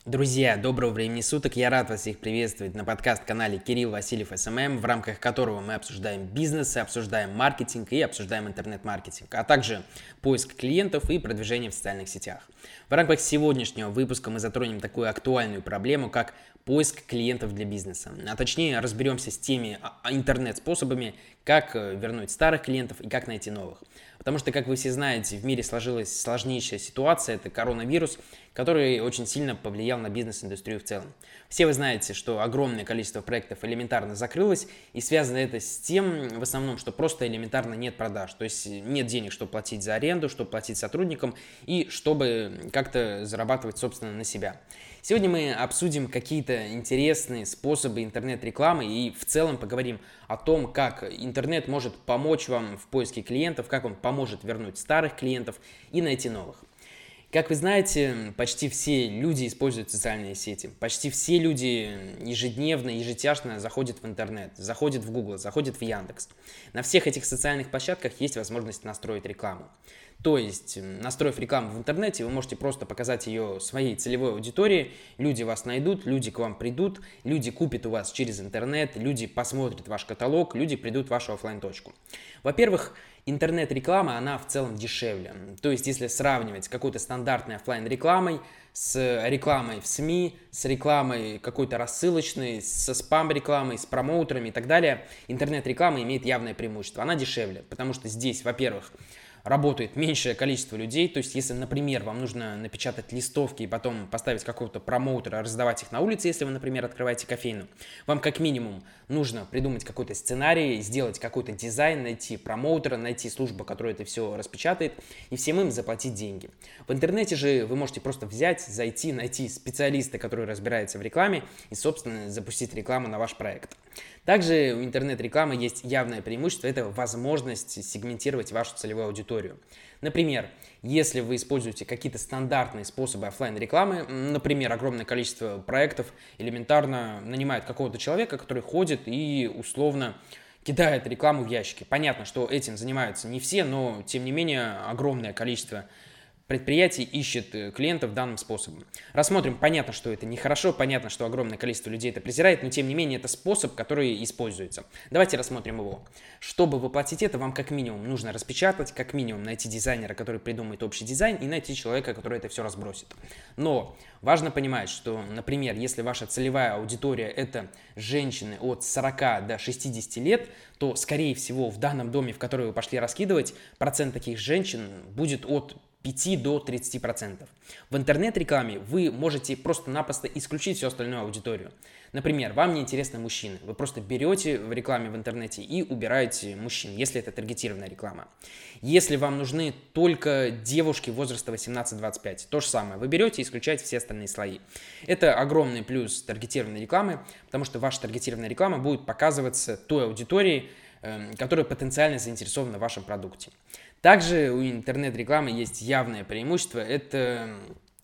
Друзья, доброго времени суток! Я рад вас всех приветствовать на подкаст-канале Кирилл Васильев СММ, в рамках которого мы обсуждаем бизнес, обсуждаем маркетинг и обсуждаем интернет-маркетинг, а также поиск клиентов и продвижение в социальных сетях. В рамках сегодняшнего выпуска мы затронем такую актуальную проблему, как поиск клиентов для бизнеса. А точнее, разберемся с теми интернет-способами, как вернуть старых клиентов и как найти новых. Потому что, как вы все знаете, в мире сложилась сложнейшая ситуация, это коронавирус, который очень сильно повлиял на бизнес-индустрию в целом. Все вы знаете, что огромное количество проектов элементарно закрылось, и связано это с тем, в основном, что просто элементарно нет продаж, то есть нет денег, чтобы платить за аренду, чтобы платить сотрудникам и чтобы как-то зарабатывать, собственно, на себя. Сегодня мы обсудим какие-то интересные способы интернет-рекламы и в целом поговорим о том, как интернет может помочь вам в поиске клиентов, как он поможет вернуть старых клиентов и найти новых. Как вы знаете, почти все люди используют социальные сети. Почти все люди ежедневно, ежечасно заходят в интернет, заходят в Google, заходят в Яндекс. На всех этих социальных площадках есть возможность настроить рекламу. То есть, настроив рекламу в интернете, вы можете просто показать ее своей целевой аудитории, люди вас найдут, люди к вам придут, люди купят у вас через интернет, люди посмотрят ваш каталог, люди придут в вашу офлайн-точку. Во-первых, интернет-реклама, она в целом дешевле. То есть, если сравнивать с какой-то стандартной офлайн-рекламой, с рекламой в СМИ, с рекламой какой-то рассылочной, со спам-рекламой, с промоутерами и так далее, интернет-реклама имеет явное преимущество. Она дешевле, потому что здесь, во-первых, работает меньшее количество людей, то есть если, например, вам нужно напечатать листовки и потом поставить какого-то промоутера, раздавать их на улице, если вы, например, открываете кофейну, вам как минимум нужно придумать какой-то сценарий, сделать какой-то дизайн, найти промоутера, найти службу, которая это все распечатает, и всем им заплатить деньги. В интернете же вы можете просто взять, зайти, найти специалиста, который разбирается в рекламе, и, собственно, запустить рекламу на ваш проект. Также у интернет-рекламы есть явное преимущество – это возможность сегментировать вашу целевую аудиторию. Например, если вы используете какие-то стандартные способы офлайн-рекламы, например, огромное количество проектов элементарно нанимает какого-то человека, который ходит и условно кидает рекламу в ящики. Понятно, что этим занимаются не все, но тем не менее огромное количество предприятий ищет клиентов данным способом. Рассмотрим, понятно, что это нехорошо, понятно, что огромное количество людей это презирает, но тем не менее это способ, который используется. Давайте рассмотрим его. Чтобы воплотить это, вам как минимум нужно распечатать, как минимум найти дизайнера, который придумает общий дизайн, и найти человека, который это все разбросит. Но важно понимать, что, например, если ваша целевая аудитория это женщины от 40 до 60 лет, то, скорее всего, в данном доме, в который вы пошли раскидывать, процент таких женщин будет от 5 до 30%. В интернет-рекламе вы можете просто-напросто исключить всю остальную аудиторию. Например, вам не интересны мужчины. Вы просто берете в рекламе в интернете и убираете мужчин, если это таргетированная реклама. Если вам нужны только девушки возраста 18-25, то же самое. Вы берете и исключаете все остальные слои. Это огромный плюс таргетированной рекламы, потому что ваша таргетированная реклама будет показываться той аудитории, которая потенциально заинтересована в вашем продукте. Также у интернет-рекламы есть явное преимущество – это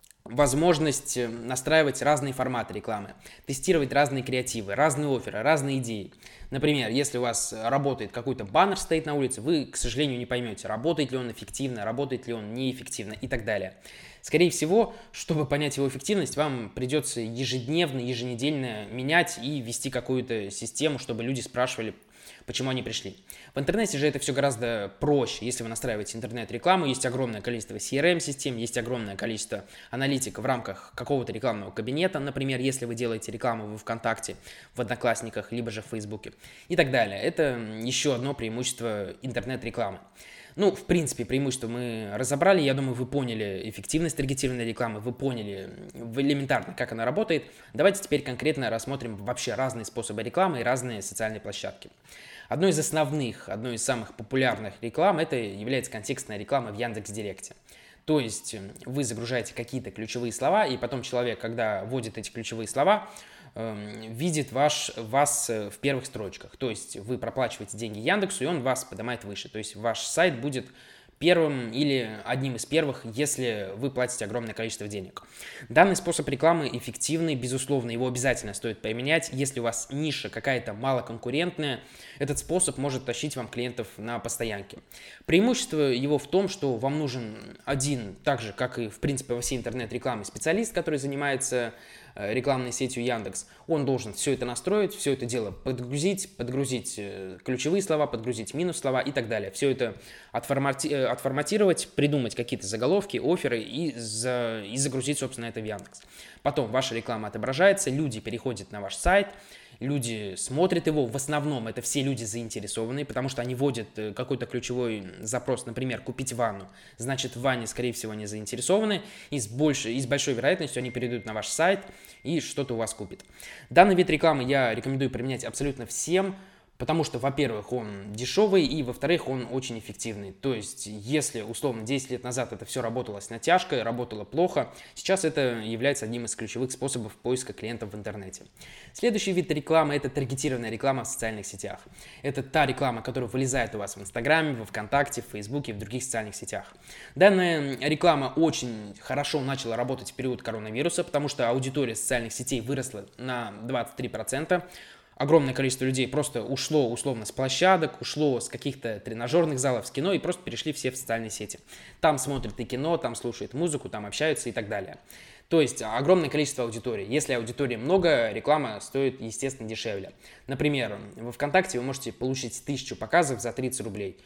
возможность настраивать разные форматы рекламы, тестировать разные креативы, разные офферы, разные идеи. Например, если у вас работает какой-то баннер, стоит на улице, вы, к сожалению, не поймете, работает ли он эффективно, работает ли он неэффективно и так далее. Скорее всего, чтобы понять его эффективность, вам придется ежедневно, еженедельно менять и вести какую-то систему, чтобы люди спрашивали, почему они пришли. В интернете же это все гораздо проще. Если вы настраиваете интернет-рекламу, есть огромное количество CRM-систем, есть огромное количество аналитик в рамках какого-то рекламного кабинета, например, если вы делаете рекламу в ВКонтакте, в Одноклассниках, либо же в Фейсбуке и так далее. Это еще одно преимущество интернет-рекламы. Ну, в принципе, преимущества мы разобрали. Я думаю, вы поняли эффективность таргетированной рекламы, вы поняли элементарно, как она работает. Давайте теперь конкретно рассмотрим вообще разные способы рекламы и разные социальные площадки. Одной из основных, одной из самых популярных реклам это является контекстная реклама в Яндекс.Директе. То есть вы загружаете какие-то ключевые слова, и потом человек, когда вводит эти ключевые слова, видит вас в первых строчках. То есть вы проплачиваете деньги Яндексу, и он вас поднимает выше. То есть ваш сайт будет первым или одним из первых, если вы платите огромное количество денег. Данный способ рекламы эффективный, безусловно, его обязательно стоит применять. Если у вас ниша какая-то малоконкурентная, этот способ может тащить вам клиентов на постоянке. Преимущество его в том, что вам нужен один, так же, как и, в принципе, во всей интернет-рекламе, специалист, который занимается рекламной сетью Яндекс. Он должен все это настроить, все это дело подгрузить ключевые слова, подгрузить минус слова и так далее. Все это отформатировать, придумать какие-то заголовки, офферы и загрузить, собственно, это в Яндекс. Потом ваша реклама отображается, люди переходят на ваш сайт, люди смотрят его, в основном это все люди заинтересованные, потому что они вводят какой-то ключевой запрос, например, купить ванну, значит в ванне, скорее всего, они заинтересованы, и с большой вероятностью они перейдут на ваш сайт и что-то у вас купят. Данный вид рекламы я рекомендую применять абсолютно всем, потому что, во-первых, он дешевый, и, во-вторых, он очень эффективный. То есть, если, условно, 10 лет назад это все работало с натяжкой, работало плохо, сейчас это является одним из ключевых способов поиска клиентов в интернете. Следующий вид рекламы – это таргетированная реклама в социальных сетях. Это та реклама, которая вылезает у вас в Инстаграме, во ВКонтакте, в Фейсбуке и в других социальных сетях. Данная реклама очень хорошо начала работать в период коронавируса, потому что аудитория социальных сетей выросла на 23%. Огромное количество людей просто ушло условно с площадок, ушло с каких-то тренажерных залов, с кино и просто перешли все в социальные сети. Там смотрят и кино, там слушают музыку, там общаются и так далее. То есть огромное количество аудитории. Если аудитории много, реклама стоит, естественно, дешевле. Например, во ВКонтакте вы можете получить 1000 показов за 30 рублей.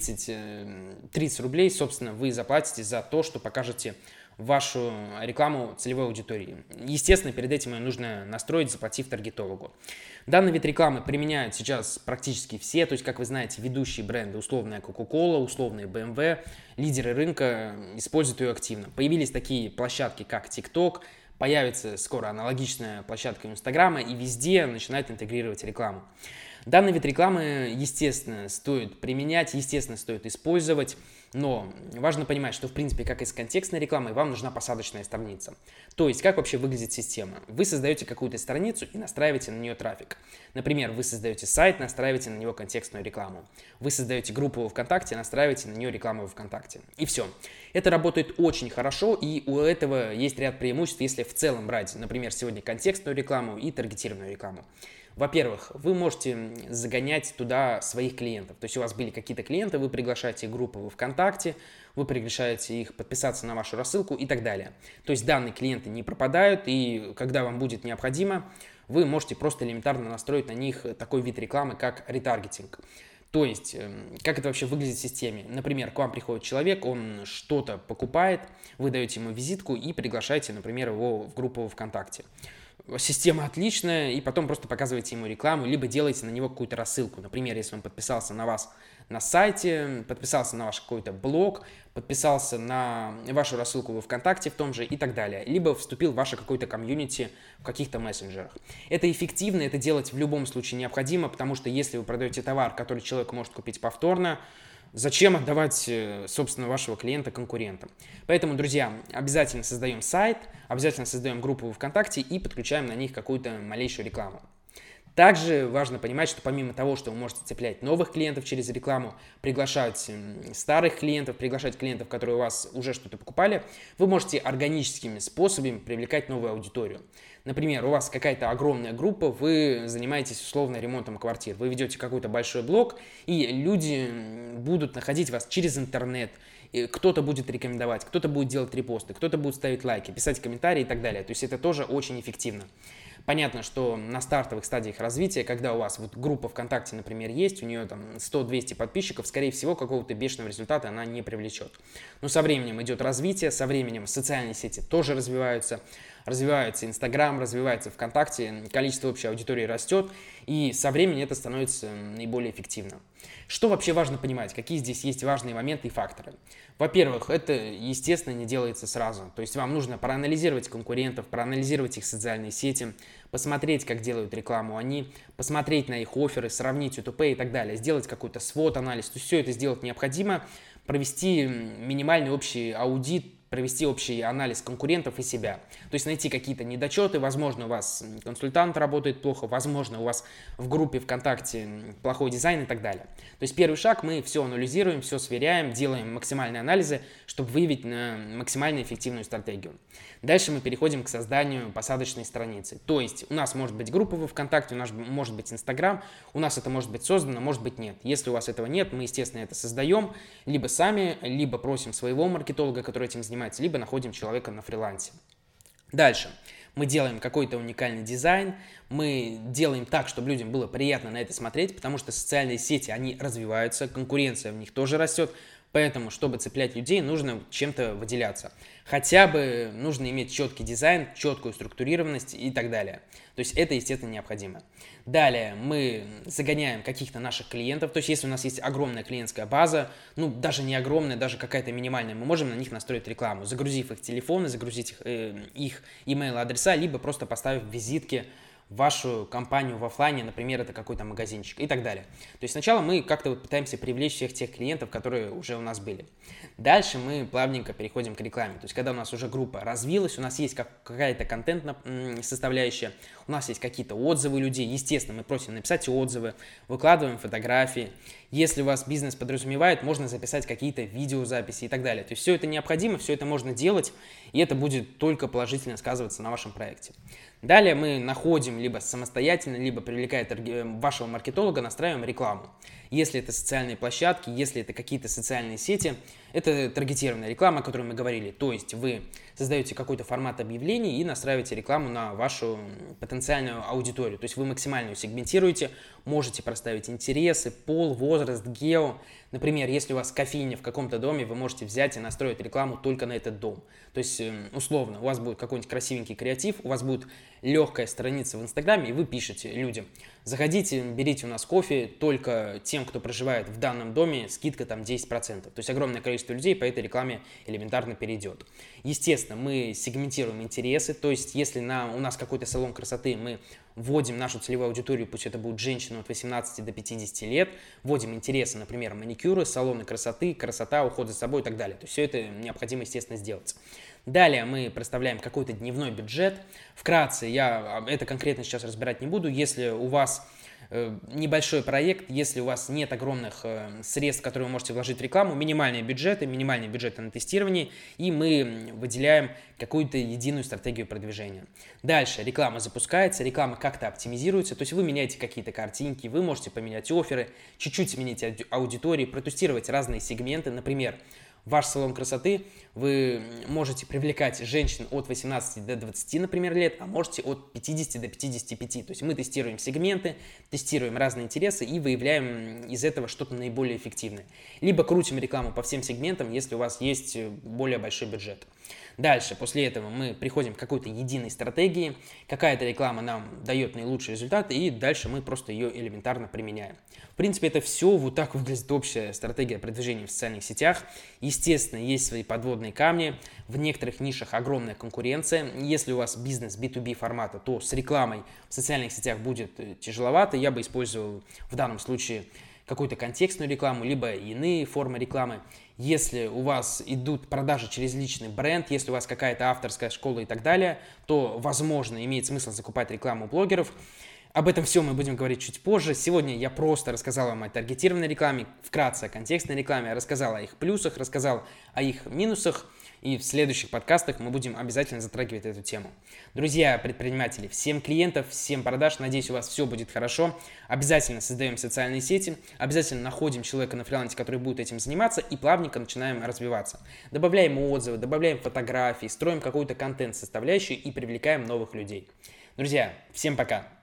30 рублей, собственно, вы заплатите за то, что покажете вашу рекламу целевой аудитории. Естественно, перед этим ее нужно настроить, заплатив таргетологу. Данный вид рекламы применяют сейчас практически все, то есть, как вы знаете, ведущие бренды, условная Coca-Cola, условные BMW, лидеры рынка используют ее активно. Появились такие площадки, как TikTok, появится скоро аналогичная площадка Инстаграма, и везде начинают интегрировать рекламу. Данный вид рекламы, естественно, стоит применять, естественно, стоит использовать, но важно понимать, что, в принципе, как и с контекстной рекламой, вам нужна посадочная страница. То есть, как вообще выглядит система? Вы создаете какую-то страницу и настраиваете на нее трафик. Например, вы создаете сайт, настраиваете на него контекстную рекламу. Вы создаете группу во ВКонтакте, настраиваете на нее рекламу во ВКонтакте. И все. Это работает очень хорошо, и у этого есть ряд преимуществ, если в целом брать, например, сегодня контекстную рекламу и таргетированную рекламу. Во-первых, вы можете загонять туда своих клиентов. То есть у вас были какие-то клиенты, вы приглашаете группу во ВКонтакте, вы приглашаете их подписаться на вашу рассылку и так далее. То есть данные клиенты не пропадают, и когда вам будет необходимо, вы можете просто элементарно настроить на них такой вид рекламы, как ретаргетинг. То есть, как это вообще выглядит в системе? Например, к вам приходит человек, он что-то покупает, вы даете ему визитку и приглашаете, например, его в группу во ВКонтакте. Система отличная, и потом просто показываете ему рекламу, либо делаете на него какую-то рассылку. Например, если он подписался на вас на сайте, подписался на ваш какой-то блог, подписался на вашу рассылку во ВКонтакте в том же и так далее. Либо вступил в ваше какое-то комьюнити в каких-то мессенджерах. Это эффективно, это делать в любом случае необходимо, потому что если вы продаете товар, который человек может купить повторно, зачем отдавать, собственно, вашего клиента конкурентам? Поэтому, друзья, обязательно создаем сайт, обязательно создаем группу во ВКонтакте и подключаем на них какую-то малейшую рекламу. Также важно понимать, что помимо того, что вы можете цеплять новых клиентов через рекламу, приглашать старых клиентов, приглашать клиентов, которые у вас уже что-то покупали, вы можете органическими способами привлекать новую аудиторию. Например, у вас какая-то огромная группа, вы занимаетесь условно ремонтом квартир, вы ведете какой-то большой блог, и люди будут находить вас через интернет, кто-то будет рекомендовать, кто-то будет делать репосты, кто-то будет ставить лайки, писать комментарии и так далее. То есть это тоже очень эффективно. Понятно, что на стартовых стадиях развития, когда у вас вот группа ВКонтакте, например, есть, у нее там 100-200 подписчиков, скорее всего, какого-то бешеного результата она не привлечет. Но со временем идет развитие, со временем социальные сети тоже развиваются Инстаграм, развивается ВКонтакте, количество общей аудитории растет, и со временем это становится наиболее эффективно. Что вообще важно понимать? Какие здесь есть важные моменты и факторы? Во-первых, это, естественно, не делается сразу. То есть вам нужно проанализировать конкурентов, проанализировать их социальные сети, посмотреть, как делают рекламу они, посмотреть на их офферы, сравнить UTP и так далее, сделать какой-то свод-анализ. То есть все это сделать необходимо, провести минимальный общий аудит провести общий анализ конкурентов и себя. То есть найти какие-то недочеты, возможно, у вас консультант работает плохо, возможно, у вас в группе ВКонтакте плохой дизайн и так далее. То есть первый шаг, мы все анализируем, все сверяем, делаем максимальные анализы, чтобы выявить максимально эффективную стратегию. Дальше мы переходим к созданию посадочной страницы. То есть у нас может быть группа во ВКонтакте, у нас может быть Инстаграм, у нас это может быть создано, может быть нет. Если у вас этого нет, мы, естественно, это создаем, либо сами, либо просим своего маркетолога, который этим занимается, либо находим человека на фрилансе. Дальше. Мы делаем какой-то уникальный дизайн, мы делаем так, чтобы людям было приятно на это смотреть, потому что социальные сети, они развиваются, конкуренция в них тоже растет, поэтому, чтобы цеплять людей, нужно чем-то выделяться. Хотя бы нужно иметь четкий дизайн, четкую структурированность и так далее. То есть это, естественно, необходимо. Далее мы загоняем каких-то наших клиентов. То есть если у нас есть огромная клиентская база, ну даже не огромная, даже какая-то минимальная, мы можем на них настроить рекламу, загрузив их телефоны, загрузить их email-адреса, либо просто поставив визитки в вашу компанию в офлайне, например, это какой-то магазинчик и так далее. То есть сначала мы как-то пытаемся привлечь всех тех клиентов, которые уже у нас были. Дальше мы плавненько переходим к рекламе. То есть когда у нас уже группа развилась, у нас есть какая-то контентная составляющая, у нас есть какие-то отзывы людей, естественно, мы просим написать отзывы, выкладываем фотографии. Если у вас бизнес подразумевает, можно записать какие-то видеозаписи и так далее. То есть все это необходимо, все это можно делать, и это будет только положительно сказываться на вашем проекте. Далее мы находим либо самостоятельно, либо привлекая вашего маркетолога, настраиваем рекламу. Если это социальные площадки, если это какие-то социальные сети, это таргетированная реклама, о которой мы говорили. То есть вы создаете какой-то формат объявлений и настраиваете рекламу на вашу потенциальную аудиторию. То есть вы максимально ее сегментируете, можете проставить интересы, пол, возраст, гео. Например, если у вас кофейня в каком-то доме, вы можете взять и настроить рекламу только на этот дом. То есть, условно, у вас будет какой-нибудь красивенький креатив, у вас будет легкая страница в Инстаграме, и вы пишете людям: заходите, берите у нас кофе, только тем, кто проживает в данном доме, скидка там 10%. То есть огромное количество людей по этой рекламе элементарно перейдет. Естественно, мы сегментируем интересы, то есть если у нас какой-то салон красоты, мы вводим нашу целевую аудиторию, пусть это будет женщины от 18 до 50 лет, вводим интересы, например, маникюры, салоны красоты, красота, уход за собой и так далее. То есть все это необходимо, естественно, сделать. Далее мы проставляем какой-то дневной бюджет. Вкратце, я это конкретно сейчас разбирать не буду. Если у вас небольшой проект, если у вас нет огромных средств, которые вы можете вложить в рекламу, минимальные бюджеты на тестирование, и мы выделяем какую-то единую стратегию продвижения. Дальше реклама запускается, реклама как-то оптимизируется, то есть вы меняете какие-то картинки, вы можете поменять офферы, чуть-чуть сменить аудитории, протестировать разные сегменты, например, ваш салон красоты, вы можете привлекать женщин от 18 до 20, например, лет, а можете от 50 до 55. То есть мы тестируем сегменты, тестируем разные интересы и выявляем из этого что-то наиболее эффективное. Либо крутим рекламу по всем сегментам, если у вас есть более большой бюджет. Дальше, после этого мы приходим к какой-то единой стратегии, какая-то реклама нам дает наилучший результат, и дальше мы просто ее элементарно применяем. В принципе, это все, вот так выглядит общая стратегия продвижения в социальных сетях. Естественно, есть свои подводные камни, в некоторых нишах огромная конкуренция. Если у вас бизнес B2B формата, то с рекламой в социальных сетях будет тяжеловато. Я бы использовал в данном случае какую-то контекстную рекламу, либо иные формы рекламы. Если у вас идут продажи через личный бренд, если у вас какая-то авторская школа и так далее, то, возможно, имеет смысл закупать рекламу блогеров. Об этом все мы будем говорить чуть позже. Сегодня я просто рассказал вам о таргетированной рекламе, вкратце о контекстной рекламе, рассказал о их плюсах, рассказал о их минусах. И в следующих подкастах мы будем обязательно затрагивать эту тему. Друзья, предприниматели, всем клиентов, всем продаж, надеюсь, у вас все будет хорошо. Обязательно создаем социальные сети, обязательно находим человека на фрилансе, который будет этим заниматься, и плавненько начинаем развиваться. Добавляем отзывы, добавляем фотографии, строим какую-то контент-составляющую и привлекаем новых людей. Друзья, всем пока!